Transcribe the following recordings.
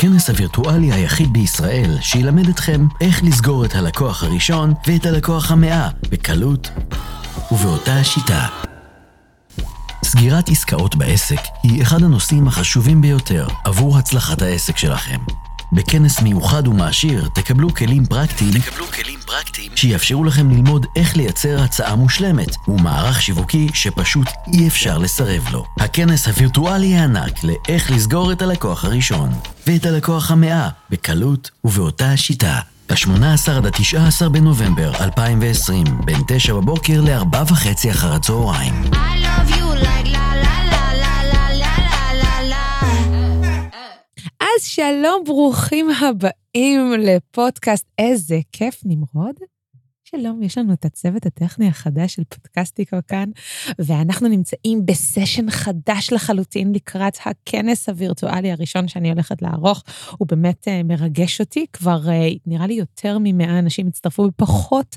הכנס הווירטואלי היחיד בישראל שילמד אתכם איך לסגור את הלקוח הראשון ואת הלקוח 100 בקלות ובאותה השיטה. סגירת עסקאות בעסק היא אחד הנושאים החשובים ביותר עבור הצלחת העסק שלכם. בכנס מיוחד ומעשיר תקבלו כלים פרקטיים שיאפשרו לכם ללמוד איך לייצר הצעה מושלמת ומערך שיווקי שפשוט אי אפשר לסרב לו. הכנס הווירטואלי הענק לאיך לסגור את הלקוח הראשון ואת הלקוח 100 בקלות ובאותה השיטה. ב-18 עד 19 בנובמבר 2020 בין 9 בבוקר ל-4:30 אחר הצהריים. I love you like la la la la la la la la. אז שלום, ברוכים הבאים לפודקאסט איזה כיף נמרוד. שלום, יש לנו את הצוות הטכני החדש של פודקאסטיקו כאן, ואנחנו נמצאים בסשן חדש לחלוטין לקראת הכנס הווירטואלי הראשון שאני הולכת לערוך. הוא באמת מרגש אותי, כבר נראה לי יותר מ100 אנשים הצטרפו בפחות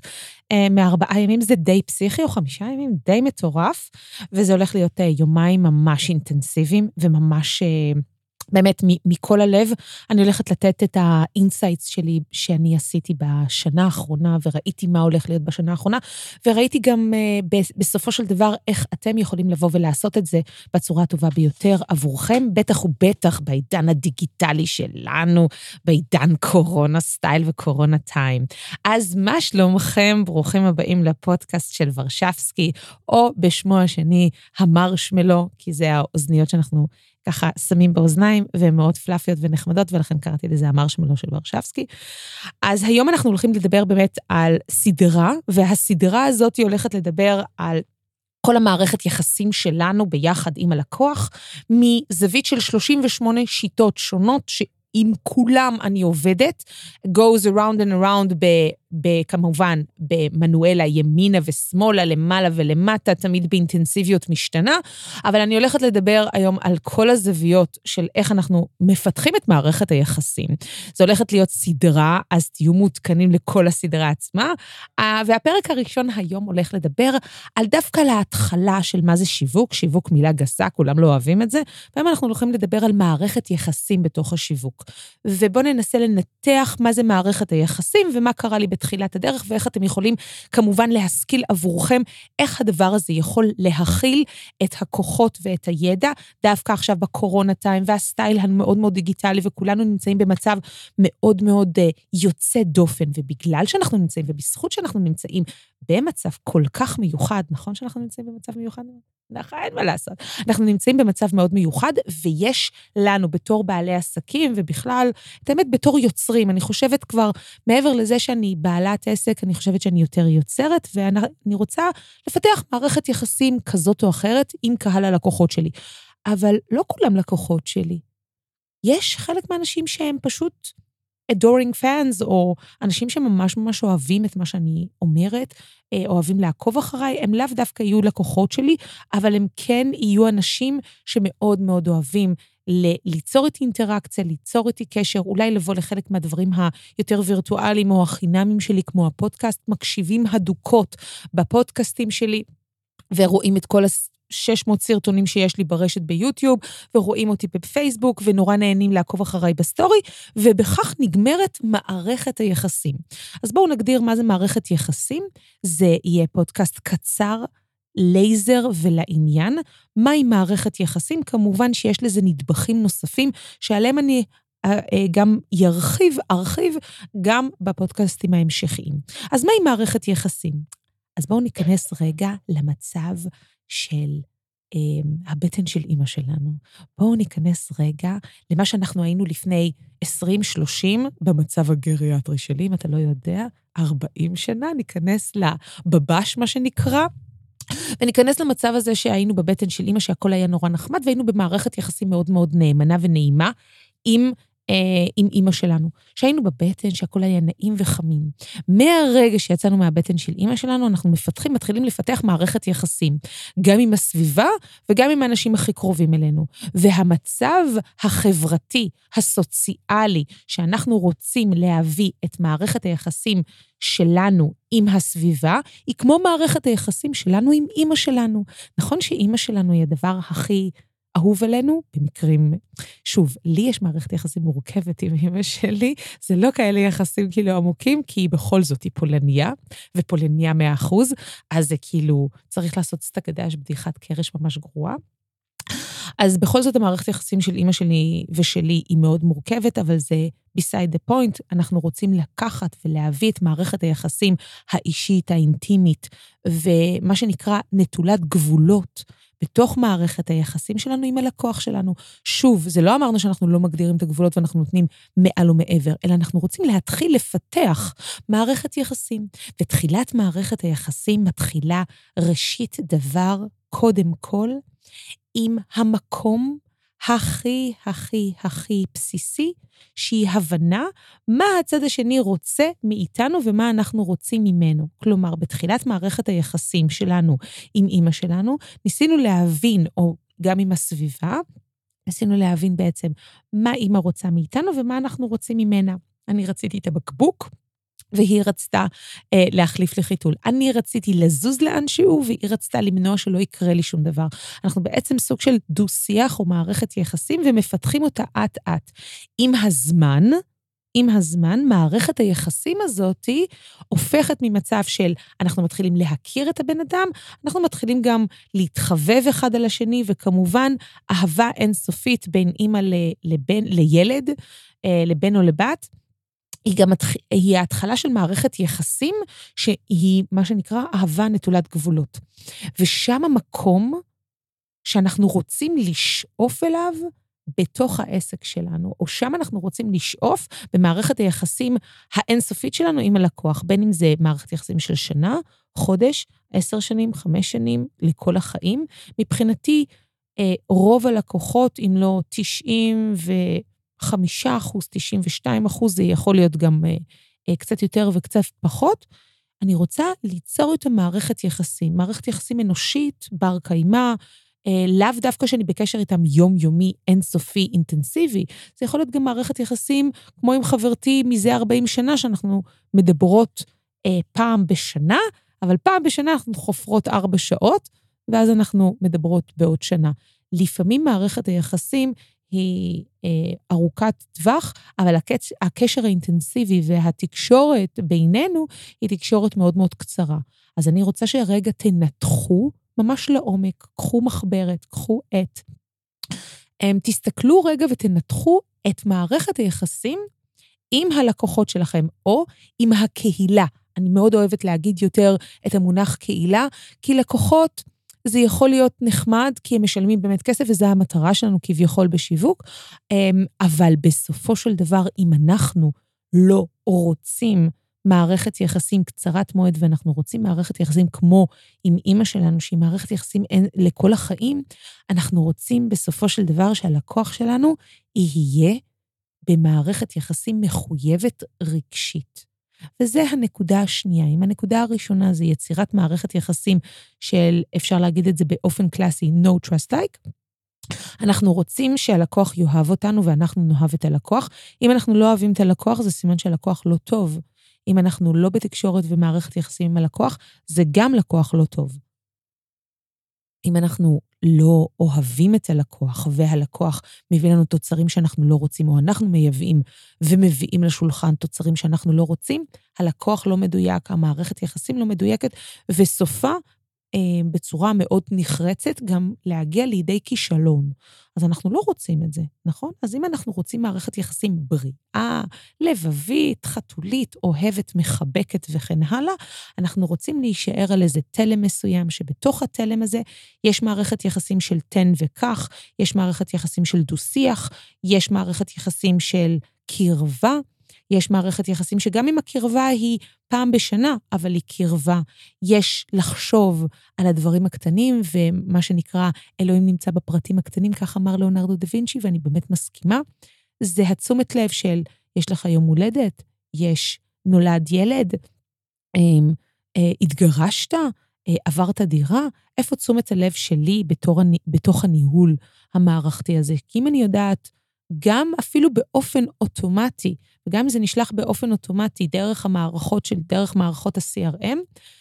מ4 ימים, זה די פסיכי, או 5 ימים, די מטורף, וזה הולך להיות יומיים ממש אינטנסיביים, וממש באמת, מכל הלב, אני הולכת לתת את האינסייטס שלי שאני עשיתי בשנה האחרונה, וראיתי מה הולך להיות בשנה האחרונה, וראיתי גם בסופו של דבר איך אתם יכולים לבוא ולעשות את זה בצורה הטובה ביותר עבורכם, בטח ובטח בעידן הדיגיטלי שלנו, בעידן קורונה סטייל וקורונה טיים. אז מה שלומכם? ברוכים הבאים לפודקאסט של ורשבסקי, או בשמו השני, המרשמלו, כי זה האוזניות שאנחנו ככה שמים באוזניים, והן מאוד פלאפיות ונחמדות, ולכן קראתי לזה המרשמלו של ורשבסקי. אז היום אנחנו הולכים לדבר באמת על סדרה, והסדרה הזאת היא הולכת לדבר על כל המערכת יחסים שלנו ביחד עם הלקוח, מזווית של 38 שיטות שונות, שעם כולם אני עובדת, goes around and around כמובן במנואלה ימינה ושמאלה, למעלה ולמטה, תמיד באינטנסיביות משתנה, אבל אני הולכת לדבר היום על כל הזוויות של איך אנחנו מפתחים את מערכת היחסים. זו הולכת להיות סדרה, אז תהיו מעודכנים לכל הסדרה עצמה, והפרק הראשון היום הולך לדבר על דווקא להתחלה של מה זה שיווק, שיווק מילה גסה, כולם לא אוהבים את זה, והיום אנחנו הולכים לדבר על מערכת יחסים בתוך השיווק. ובואו ננסה לנתח מה זה מערכת היחסים, ומה קרה לי בתחילת הדרך, ואיך אתם יכולים כמובן להשכיל עבורכם, איך הדבר הזה יכול להכיל את הכוחות ואת הידע, דווקא עכשיו בקורונה טיים, והסטייל המאוד מאוד דיגיטלי, וכולנו נמצאים במצב מאוד מאוד יוצא דופן, ובגלל שאנחנו נמצאים, ובזכות שאנחנו נמצאים במצב כל כך מיוחד, נכון שאנחנו נמצאים במצב מיוחד? נכון, אין מה לעשות. אנחנו נמצאים במצב מאוד מיוחד, ויש לנו בתור בעלי עסקים, ובכלל, את האמת בתור יוצרים, אני חושבת כבר, מעבר לזה שאני בעלת עסק, אני חושבת שאני יותר יוצרת, ואני רוצה לפתח מערכת יחסים כזאת או אחרת, עם קהל הלקוחות שלי. אבל לא כולם לקוחות שלי. יש חלק מהאנשים שהם פשוט adoring fans, או אנשים שממש ממש אוהבים את מה שאני אומרת, אוהבים לעקוב אחריי, הם לאו דווקא יהיו לקוחות שלי, אבל הם כן יהיו אנשים שמאוד מאוד אוהבים ליצור איתי אינטראקציה, ליצור איתי קשר, אולי לבוא לחלק מהדברים היותר וירטואליים או החינמים שלי, כמו הפודקאסט, מקשיבים הדוקות בפודקאסטים שלי, ורואים את כל 600 סרטונים שיש לי ברשת ביוטיוב, ורואים אותי בפייסבוק, ונורא נהנים לעקוב אחריי בסטורי, ובכך נגמרת מערכת היחסים. אז בואו נגדיר מה זה מערכת יחסים, זה יהיה פודקאסט קצר, לייזר ולעניין, מהי מערכת יחסים, כמובן שיש לזה נדבכים נוספים, שעליהם אני גם ארחיב גם בפודקאסטים ההמשכיים. אז מהי מערכת יחסים? אז בואו ניכנס רגע למצב של הבטן של אמא שלנו. בואו ניכנס רגע למה שאנחנו היינו לפני 20-30, במצב הגריאטרי שלי, אם אתה לא יודע, 40 שנה, ניכנס לבבש, מה שנקרא, וניכנס למצב הזה שהיינו בבטן של אמא, שהכל היה נורא נחמד, והיינו במערכת יחסים מאוד מאוד נאמנה ונעימה, עם אמא שלנו, שהיינו בבטן שהכל היה נעים וחמים. מהרגע שיצאנו מהבטן של אמא שלנו, אנחנו מתחילים לפתח מערכת יחסים, גם עם הסביבה וגם עם האנשים הכי קרובים אלינו. והמצב החברתי, הסוציאלי, שאנחנו רוצים להביא את מערכת היחסים שלנו עם הסביבה, היא כמו מערכת היחסים שלנו עם אמא שלנו. נכון שאמא שלנו היא הדבר הכי אהוב עלינו, במקרים, שוב, לי יש מערכת יחסים מורכבת עם אמא שלי, זה לא כאלה יחסים כאילו עמוקים, כי היא בכל זאת היא פולניה, ופולניה 100%, אז זה כאילו, צריך לעשות סטגדש בדיחת קרש ממש גרועה. אז בכל זאת המערכת יחסים של אמא שלי ושלי היא מאוד מורכבת, אבל זה beside the point, אנחנו רוצים לקחת ולהביא את מערכת היחסים האישית, האינטימית, ומה שנקרא נטולת גבולות, בתוך מערכת היחסים שלנו עם הלקוח שלנו. שוב, זה לא אמרנו שאנחנו לא מגדירים את הגבולות ואנחנו נותנים מעל ומעבר, אלא אנחנו רוצים להתחיל לפתח מערכת יחסים. ותחילת מערכת היחסים מתחילה ראשית דבר, קודם כל, עם המקום הכי, הכי, הכי בסיסי, שהיא הבנה מה הצד השני רוצה מאיתנו ומה אנחנו רוצים ממנו. כלומר, בתחילת מערכת היחסים שלנו עם אמא שלנו, ניסינו להבין, או גם עם הסביבה, ניסינו להבין בעצם מה אמא רוצה מאיתנו ומה אנחנו רוצים ממנה. אני רציתי את הבקבוק, והיא רצתה להחליף לחיתול. אני רציתי לזוז לאנשהו, והיא רצתה למנוע שלא יקרה לי שום דבר. אנחנו בעצם סוג של דו-שיח או מערכת יחסים, ומפתחים אותה עט-עט. עם הזמן, מערכת היחסים הזאת הופכת ממצב של אנחנו מתחילים להכיר את הבן אדם, אנחנו מתחילים גם להתחבב אחד על השני, וכמובן אהבה אינסופית בין אמא לילד, לבן או לבת, היא ההתחלה של מערכת יחסים, שהיא מה שנקרא אהבה נטולת גבולות. ושם המקום שאנחנו רוצים לשאוף אליו בתוך העסק שלנו, או שם אנחנו רוצים לשאוף במערכת היחסים האינסופית שלנו עם הלקוח, בין אם זה מערכת יחסים של שנה, חודש, 10 שנים, 5 שנים, לכל החיים. מבחינתי, רוב הלקוחות, אם לא 95%, 92%, זה יכול להיות גם קצת יותר וקצת פחות, אני רוצה ליצור את המערכת יחסים, מערכת יחסים אנושית, בר קיימה, לאו דווקא שאני בקשר איתם יומיומי, אינסופי, אינטנסיבי, זה יכול להיות גם מערכת יחסים, כמו עם חברתי מזה 40 שנה, שאנחנו מדברות פעם בשנה, אבל פעם בשנה אנחנו חופרות 4 שעות, ואז אנחנו מדברות בעוד שנה. לפעמים מערכת היחסים היא ארוכת טווח, אבל הקשר האינטנסיבי והתקשורת בינינו היא תקשורת מאוד מאוד קצרה. אז אני רוצה שרגע תנתחו ממש לעומק, קחו מחברת, קחו עט. תסתכלו רגע ותנתחו את מערכת היחסים עם הלקוחות שלכם, או עם הקהילה. אני מאוד אוהבת להגיד יותר את המונח קהילה, כי לקוחות זה יכול להיות נחמד, כי הם משלמים באמת כסף, וזו המטרה שלנו כביכול בשיווק, אבל בסופו של דבר, אם אנחנו לא רוצים מערכת יחסים קצרת מועד, ואנחנו רוצים מערכת יחסים כמו עם אמא שלנו, שהיא מערכת יחסים לכל החיים, אנחנו רוצים בסופו של דבר שהלקוח שלנו יהיה במערכת יחסים מחויבת רגשית. וזה הנקודה השנייה. אם הנקודה הראשונה זה יצירת מערכת יחסים של, אפשר להגיד את זה באופן קלאסי, no trust like, אנחנו רוצים שהלקוח יאהב אותנו ואנחנו נאהב את הלקוח. אם אנחנו לא אוהבים את הלקוח, זה סימן שהלקוח לא טוב. אם אנחנו לא בתקשורת ומערכת יחסים עם הלקוח, זה גם לקוח לא טוב. אם אנחנו לא אוהבים את הלקוח, והלקוח מביא לנו תוצרים שאנחנו לא רוצים, או אנחנו מייבאים ומביאים לשולחן תוצרים שאנחנו לא רוצים, הלקוח לא מדויק, המערכת יחסים לא מדויקת, וסופה בצורה מאוד נחרצת גם להגיע לידי כישלון. אז אנחנו לא רוצים את זה, נכון? אז אם אנחנו רוצים מערכת יחסים בריאה, לבבית, חתולית, אוהבת, מחבקת וכן הלאה, אנחנו רוצים להישאר על איזה תלם מסוים, שבתוך התלם הזה יש מערכת יחסים של תן וכך, יש מערכת יחסים של דו-שיח, יש מערכת יחסים של קרבה, יש מערכת יחסים שגם אם הקרבה היא פעם בשנה, אבל היא קרבה, יש לחשוב על הדברים הקטנים, ומה שנקרא אלוהים נמצא בפרטים הקטנים, כך אמר ליאונרדו דה וינצ'י, ואני באמת מסכימה, זה התשומת לב של, יש לך יום הולדת, יש נולד ילד, התגרשת, עברת דירה, איפה תשומת הלב שלי בתוך הניהול המערכתי הזה? כי אם אני יודעת, גם אפילו באופן אוטומטי, וגם אם זה נשלח באופן אוטומטי דרך המערכות דרך מערכות ה-CRM,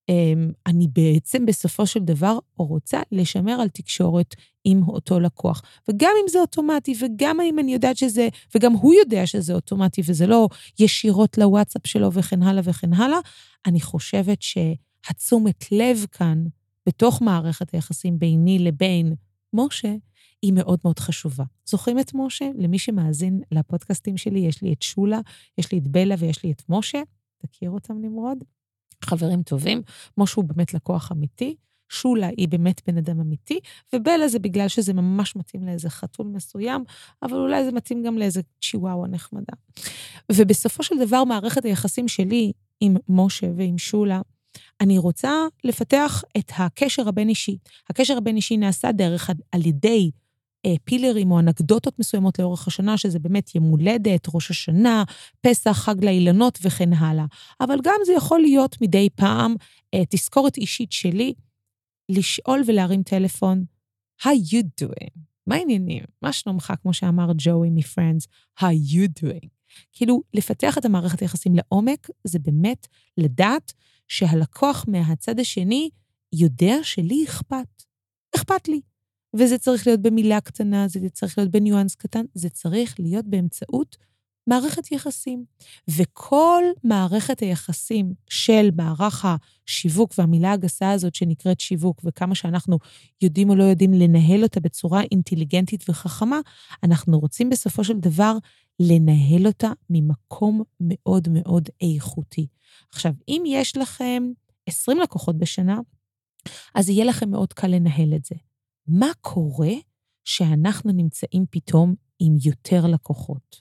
אני בעצם בסופו של דבר רוצה לשמר על תקשורת עם אותו לקוח. וגם אם זה אוטומטי, וגם אם אני יודעת שזה, וגם הוא יודע שזה אוטומטי, וזה לא ישירות לוואטסאפ שלו וכן הלאה וכן הלאה, אני חושבת שהתשומת לב כאן, בתוך מערכת היחסים ביני לבין משה, היא מאוד מאוד חשובה. זוכרים את משה? למי שמאזין לפודקאסטים שלי, יש לי את שולה, יש לי את בלה ויש לי את משה. תכיר אותם נמרוד? חברים טובים. משה הוא באמת לקוח אמיתי, שולה היא באמת בן אדם אמיתי, ובלה זה בגלל שזה ממש מתאים לאיזה חתול מסוים, אבל אולי זה מתאים גם לאיזה צ'יוואווה נחמדה. ובסופו של דבר, מערכת היחסים שלי עם משה ועם שולה, אני רוצה לפתח את הקשר הבין-אישי. הקשר הבין-אישי נעשה דרך על ידי פילרים או אנקדוטות מסוימות לאורך השנה, שזה באמת יום הולדת, ראש השנה, פסח, חג לאילנות וכן הלאה. אבל גם זה יכול להיות מדי פעם תזכורת אישית שלי, לשאול ולהרים טלפון, How you doing? מה העניינים? מה שלומך, כמו שאמר ג'וי מפרנדס, How you doing? כאילו, לפתח את המערכת היחסים לעומק, זה באמת לדעת שהלקוח מהצד השני יודע שלי אכפת. אכפת לי. וזה צריך להיות במילה קטנה, זה צריך להיות בניואנס קטן, זה צריך להיות באמצעות מערכת יחסים. וכל מערכת היחסים של מערך השיווק, והמילה הגסה הזאת שנקראת שיווק, וכמה שאנחנו יודעים או לא יודעים לנהל אותה בצורה אינטליגנטית וחכמה, אנחנו רוצים בסופו של דבר לנהל אותה ממקום מאוד מאוד איכותי. עכשיו, אם יש לכם 20 לקוחות בשנה, אז יהיה לכם מאוד קל לנהל את זה. מה קורה שאנחנו נמצאים פתאום עם יותר לקוחות?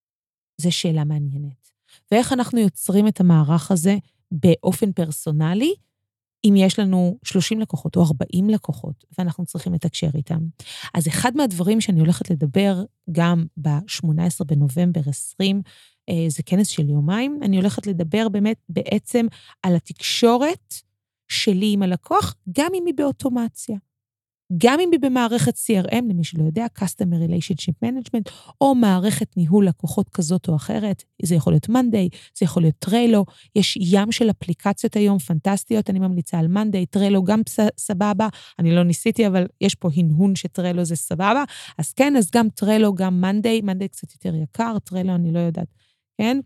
זו שאלה מעניינת. ואיך אנחנו יוצרים את המערך הזה באופן פרסונלי, אם יש לנו 30 לקוחות או 40 לקוחות, ואנחנו צריכים לתקשר איתם. אז אחד מהדברים שאני הולכת לדבר גם ב-18 בנובמבר 20, זה כנס של יומיים, אני הולכת לדבר באמת בעצם על התקשורת שלי עם הלקוח, גם אם היא באוטומציה. גם אם היא במערכת CRM, למי שלא יודע, Customer Relationship Management, או מערכת ניהול לקוחות כזאת או אחרת, זה יכול להיות Monday, זה יכול להיות טריילו, יש ים של אפליקציות היום פנטסטיות, אני ממליצה על Monday, טריילו גם סבבה, אני לא ניסיתי, אבל יש פה הנהון שטריילו זה סבבה, אז כן, אז גם טריילו, גם Monday קצת יותר יקר, טריילו אני לא יודעת, כן?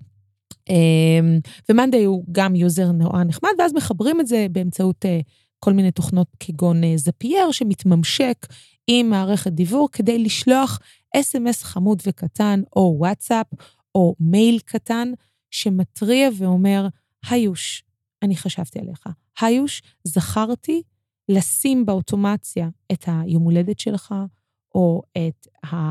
ומנדי הוא גם יוזר נורא נחמד, ואז מחברים את זה באמצעות כל מיני תוכנות כגון זפייר, שמתממשק עם מערכת דיוור, כדי לשלוח SMS חמוד וקטן, או וואטסאפ, או מייל קטן, שמטריע ואומר, היוש, אני חשבתי עליך. היוש, זכרתי לשים באוטומציה את היום הולדת שלך, או את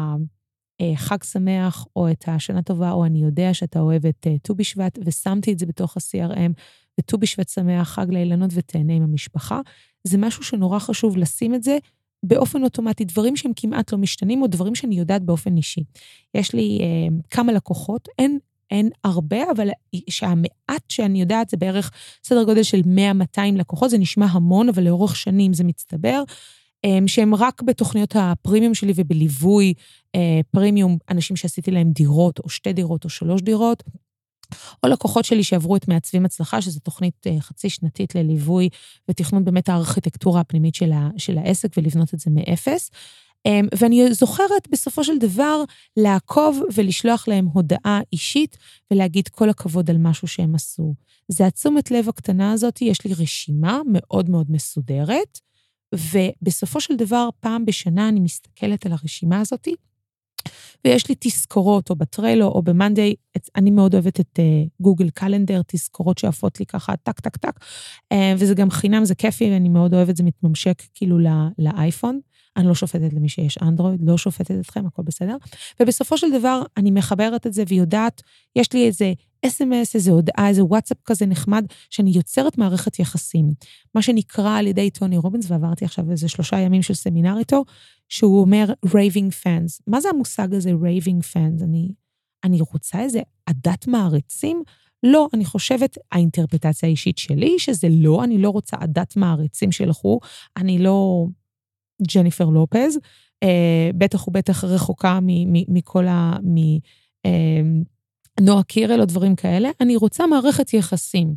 חג שמח, או את השנה טובה, או אני יודע שאתה אוהב את ט"ו בשבט, ושמתי את זה בתוך ה-CRM, וט"ו בשבט שמח, חג לאילנות ותהנה עם המשפחה. זה משהו שנורא חשוב לשים את זה באופן אוטומטי, דברים שהם כמעט לא משתנים, או דברים שאני יודעת באופן אישי. יש לי כמה לקוחות, אין הרבה, אבל שהמעט שאני יודעת זה בערך סדר גודל של 100-200 לקוחות, זה נשמע המון, אבל לאורך שנים זה מצטבר, שהם רק בתוכניות הפרימיום שלי ובליווי פרימיום, אנשים שעשיתי להם דירות, או 2 דירות, או 3 דירות, או לקוחות שלי שעברו את מעצבים הצלחה, שזו תוכנית חצי שנתית לליווי, ותכנון באמת הארכיטקטורה הפנימית של העסק, ולבנות את זה מאפס. ואני זוכרת בסופו של דבר לעקוב ולשלוח להם הודעה אישית, ולהגיד כל הכבוד על משהו שהם עשו. זה התשומת לב הקטנה הזאת, יש לי רשימה מאוד מאוד מסודרת, ובסופו של דבר, פעם בשנה אני מסתכלת על הרשימה הזאת, ויש לי תזכורות, או בטריילו, או במנדי, אני מאוד אוהבת את גוגל קלנדר, תזכורות שעפות לי ככה, טק, טק, טק, וזה גם חינם, זה כיפי, ואני מאוד אוהבת, זה מתממשק כאילו לאייפון, אני לא שופטת למי שיש אנדרואיד, לא שופטת אתכם, הכל בסדר, ובסופו של דבר, אני מחברת את זה, ויודעת, יש לי איזה SMS, איזה הודעה, איזה וואטסאפ כזה נחמד, שאני יוצרת מערכת יחסים, מה שנקרא על ידי טוני רובינס, ועברתי עכשיו איזה 3 ימים של סמינר איתו, שהוא אומר raving fans. מה זה המושג הזה raving fans? אני רוצה איזה עדת מעריצים? לא, אני חושבת, האינטרפטציה האישית שלי, שזה לא, אני לא רוצה עדת מעריצים שלחו, אני לא ג'ניפר לופז, בטח ובטח רחוקה מכל נועה קירל או דברים כאלה, אני רוצה מערכת יחסים.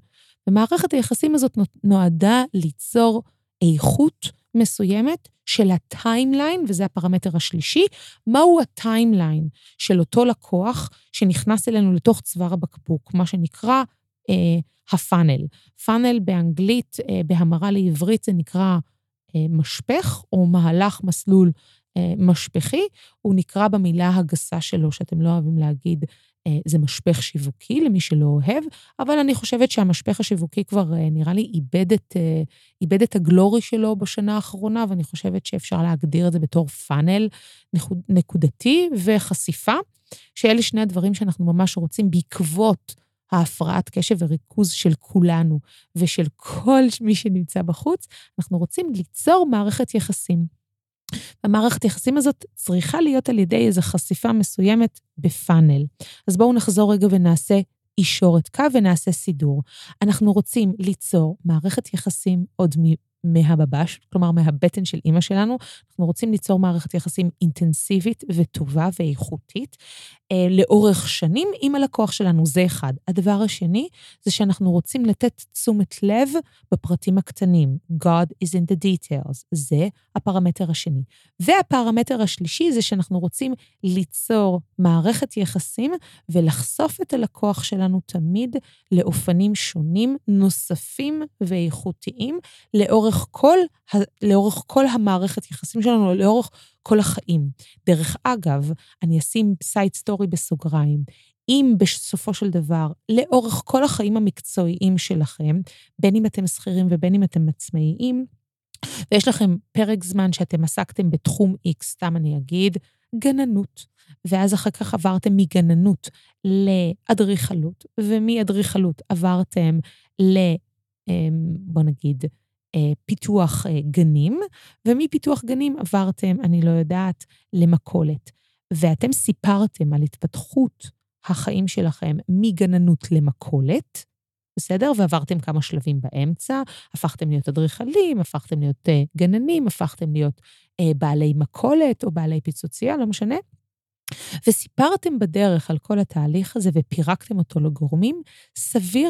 ומערכת היחסים הזאת נועדה ליצור איכות מסוימת של הטיימליין, וזה הפרמטר השלישי, מהו הטיימליין של אותו לקוח שנכנס אלינו לתוך צוואר הבקבוק, מה שנקרא הפאנל. פאנל באנגלית, בהמרה לעברית זה נקרא משפך, או מהלך מסלול משפחי, הוא נקרא במילה הגסה שלו, שאתם לא אוהבים להגיד, זה משפך שיווקי, למי שלא אוהב, אבל אני חושבת שהמשפך השיווקי כבר נראה לי איבד את הגלורי שלו בשנה האחרונה, ואני חושבת שאפשר להגדיר את זה בתור פאנל נקודתי וחשיפה, שאלה שני הדברים שאנחנו ממש רוצים בעקבות ההפרעת קשב וריכוז של כולנו, ושל כל מי שנמצא בחוץ, אנחנו רוצים ליצור מערכת יחסים. המערכת יחסים הזאת צריכה להיות על ידי איזו חשיפה מסוימת בפאנל. אז בואו נחזור רגע ונעשה אישורת קו ונעשה סידור. אנחנו רוצים ליצור מערכת יחסים עוד מהבבש, כלומר מהבטן של אמא שלנו, אנחנו רוצים ליצור מערכת יחסים אינטנסיבית וטובה ואיכותית, לאורך שנים עם הלקוח שלנו, זה אחד. הדבר השני, זה שאנחנו רוצים לתת תשומת לב בפרטים הקטנים. God is in the details. זה הפרמטר השני. והפרמטר השלישי, זה שאנחנו רוצים ליצור מערכת יחסים, ולחשוף את הלקוח שלנו תמיד לאופנים שונים, נוספים ואיכותיים, לאורך כל המערכת יחסים שלנו, לאורך כל החיים. דרך אגב, אני אשים סייד סטורי בסוגריים, אם בסופו של דבר, לאורך כל החיים המקצועיים שלכם, בין אם אתם שכירים ובין אם אתם עצמאיים, ויש לכם פרק זמן שאתם עסקתם בתחום X, סתם אני אגיד, גננות, ואז אחר כך עברתם מגננות לאדריכלות, ומאדריכלות עברתם בוא נגיד, פיתוח גנים, ומפיתוח גנים עברתם, אני לא יודעת, למכולת. ואתם סיפרתם על התפתחות החיים שלכם מגננות למכולת, בסדר? ועברתם כמה שלבים באמצע, הפכתם להיות אדריכלים, הפכתם להיות גננים, הפכתם להיות בעלי מכולת או בעלי פיצוצייה, לא משנה. וסיפרתם בדרך על כל התהליך הזה ופירקתם אותו לגורמים, סביר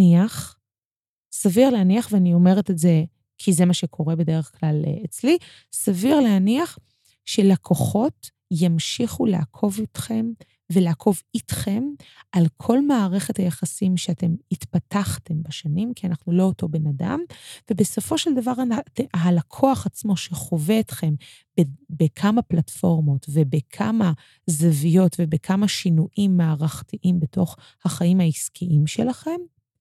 להניח, ואני אומרת את זה כי זה מה שקורה בדרך כלל אצלי, סביר להניח שלקוחות ימשיכו לעקוב איתכם ולעקוב איתכם על כל מערכת היחסים שאתם התפתחתם בשנים, כי אנחנו לא אותו בן אדם, ובסופו של דבר הלקוח עצמו שחווה אתכם בכמה פלטפורמות ובכמה זוויות ובכמה שינויים מערכתיים בתוך החיים העסקיים שלכם,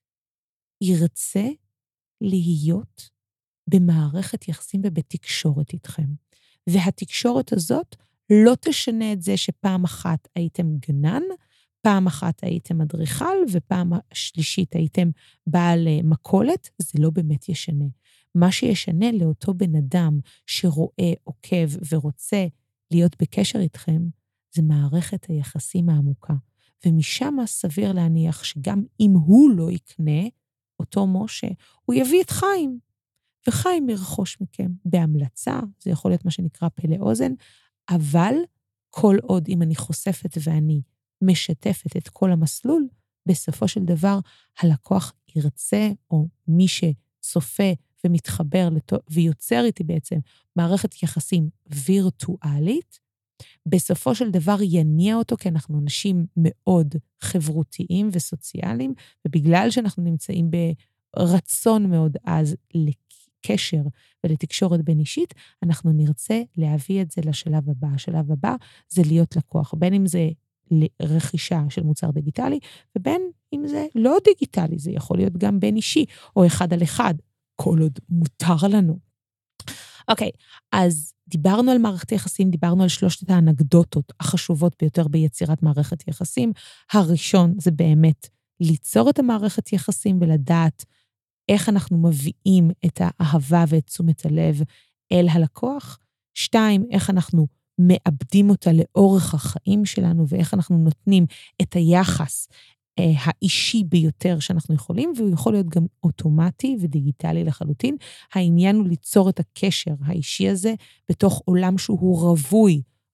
ירצה להיות במערכת יחסים ובתקשורת איתכם. והתקשורת הזאת לא תשנה את זה שפעם אחת הייתם גנן, פעם אחת הייתם אדריכל, ופעם השלישית הייתם בעל מכולת, זה לא באמת ישנה. מה שישנה לאותו בן אדם שרואה, עוקב ורוצה להיות בקשר איתכם, זה מערכת היחסים העמוקה. ומשם סביר להניח שגם אם הוא לא יקנה, אותו משה, הוא יביא את חיים, וחיים ירכוש מכם בהמלצה, זה יכול להיות מה שנקרא פלא אוזן, אבל כל עוד אם אני חושפת ואני משתפת את כל המסלול, בסופו של דבר הלקוח ירצה, או מי שצופה ומתחבר ויוצר איתי בעצם מערכת יחסים וירטואלית, בסופו של דבר יניע אותו, כי אנחנו אנשים מאוד חברותיים וסוציאליים, ובגלל שאנחנו נמצאים ברצון מאוד אז לקשר ולתקשורת בין אישית, אנחנו נרצה להביא את זה לשלב הבא. השלב הבא זה להיות לקוח, בין אם זה לרכישה של מוצר דיגיטלי, ובין אם זה לא דיגיטלי, זה יכול להיות גם בין אישי, או אחד על אחד, כל עוד מותר לנו. אוקיי, אז דיברנו על מערכת יחסים, דיברנו על שלושת האנקדוטות החשובות ביותר ביצירת מערכת יחסים. הראשון זה באמת ליצור את המערכת יחסים ולדעת איך אנחנו מביאים את האהבה ואת תשומת הלב אל הלקוח. 2, איך אנחנו מאבדים אותה לאורך החיים שלנו, ואיך אנחנו נותנים את היחס האישי ביותר שאנחנו יכולים, והוא יכול להיות גם אוטומטי ודיגיטלי לחלוטין. העניין הוא ליצור את הקשר האישי הזה בתוך עולם שהוא רווי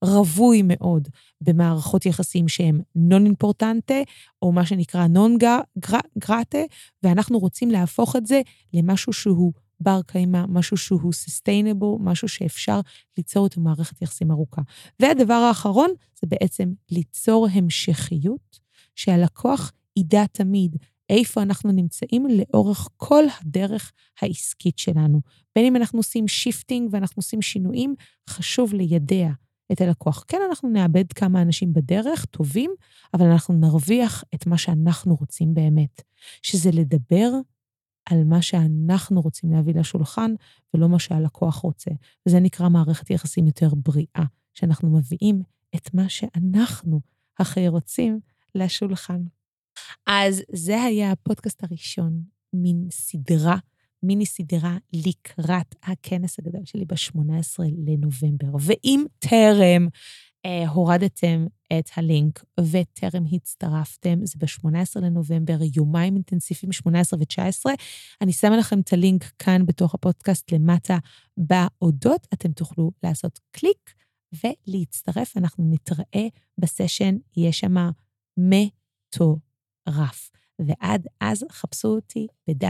רווי מאוד במערכות יחסים שהן non-importante, או מה שנקרא non-grate, ואנחנו רוצים להפוך את זה למשהו שהוא בר קיימא, משהו שהוא sustainable, משהו שאפשר ליצור את מערכת יחסים ארוכה. והדבר האחרון זה בעצם ליצור המשכיות, שהלקוח ידע תמיד איפה אנחנו נמצאים לאורך כל הדרך העסקית שלנו. בין אם אנחנו עושים שיפטינג ואנחנו עושים שינויים, חשוב לידע את הלקוח. כן, אנחנו נאבד כמה אנשים בדרך, טובים, אבל אנחנו נרוויח את מה שאנחנו רוצים באמת, שזה לדבר על מה שאנחנו רוצים להביא לשולחן, ולא מה שהלקוח רוצה. וזה נקרא מערכת יחסים יותר בריאה, שאנחנו מביאים את מה שאנחנו הכי רוצים לשולחן. אז זה היה הפודקאסט הראשון, מיני סדרה לקראת הכנס הגדול שלי ב-18 לנובמבר. ואם טרם הורדתם את הלינק וטרם הצטרפתם, זה ב-18 לנובמבר, יומיים אינטנסיביים 18 ו-19. אני שמה לכם את הלינק כאן בתוך הפודקאסט למטה בהודות. אתם תוכלו לעשות קליק ולהצטרף. אנחנו נתראה בסשן, יש שם מטורף. ועד אז חפשו אותי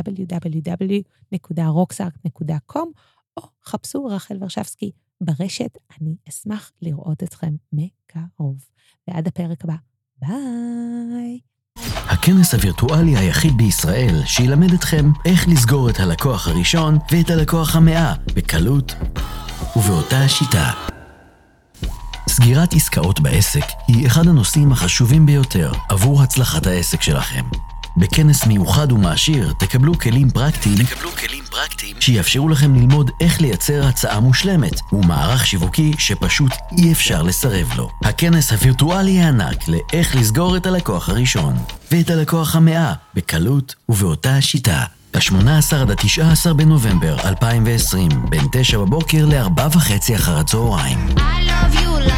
ב-www.roxart.com או חפשו רחל ורשבסקי ברשת. אני אשמח לראות אתכם מקרוב. ועד הפרק הבא. ביי. הכנס הווירטואלי היחיד בישראל שילמד אתכם איך לסגור את הלקוח הראשון ואת הלקוח ה100 בקלות ובאותה השיטה. סגירת עסקאות בעסק היא אחד הנושאים החשובים ביותר עבור הצלחת העסק שלכם. בכנס מיוחד ומעשיר תקבלו כלים פרקטיים שיאפשרו לכם ללמוד איך לייצר הצעה מושלמת ומערך שיווקי שפשוט אי אפשר לסרב לו. הכנס הווירטואלי הענק לאיך לסגור את הלקוח הראשון ואת הלקוח ה100 בקלות ובאותה השיטה. ב-18 עד 19 בנובמבר 2020, בין 9 בבוקר ל-4:30 אחר הצהריים. I love you.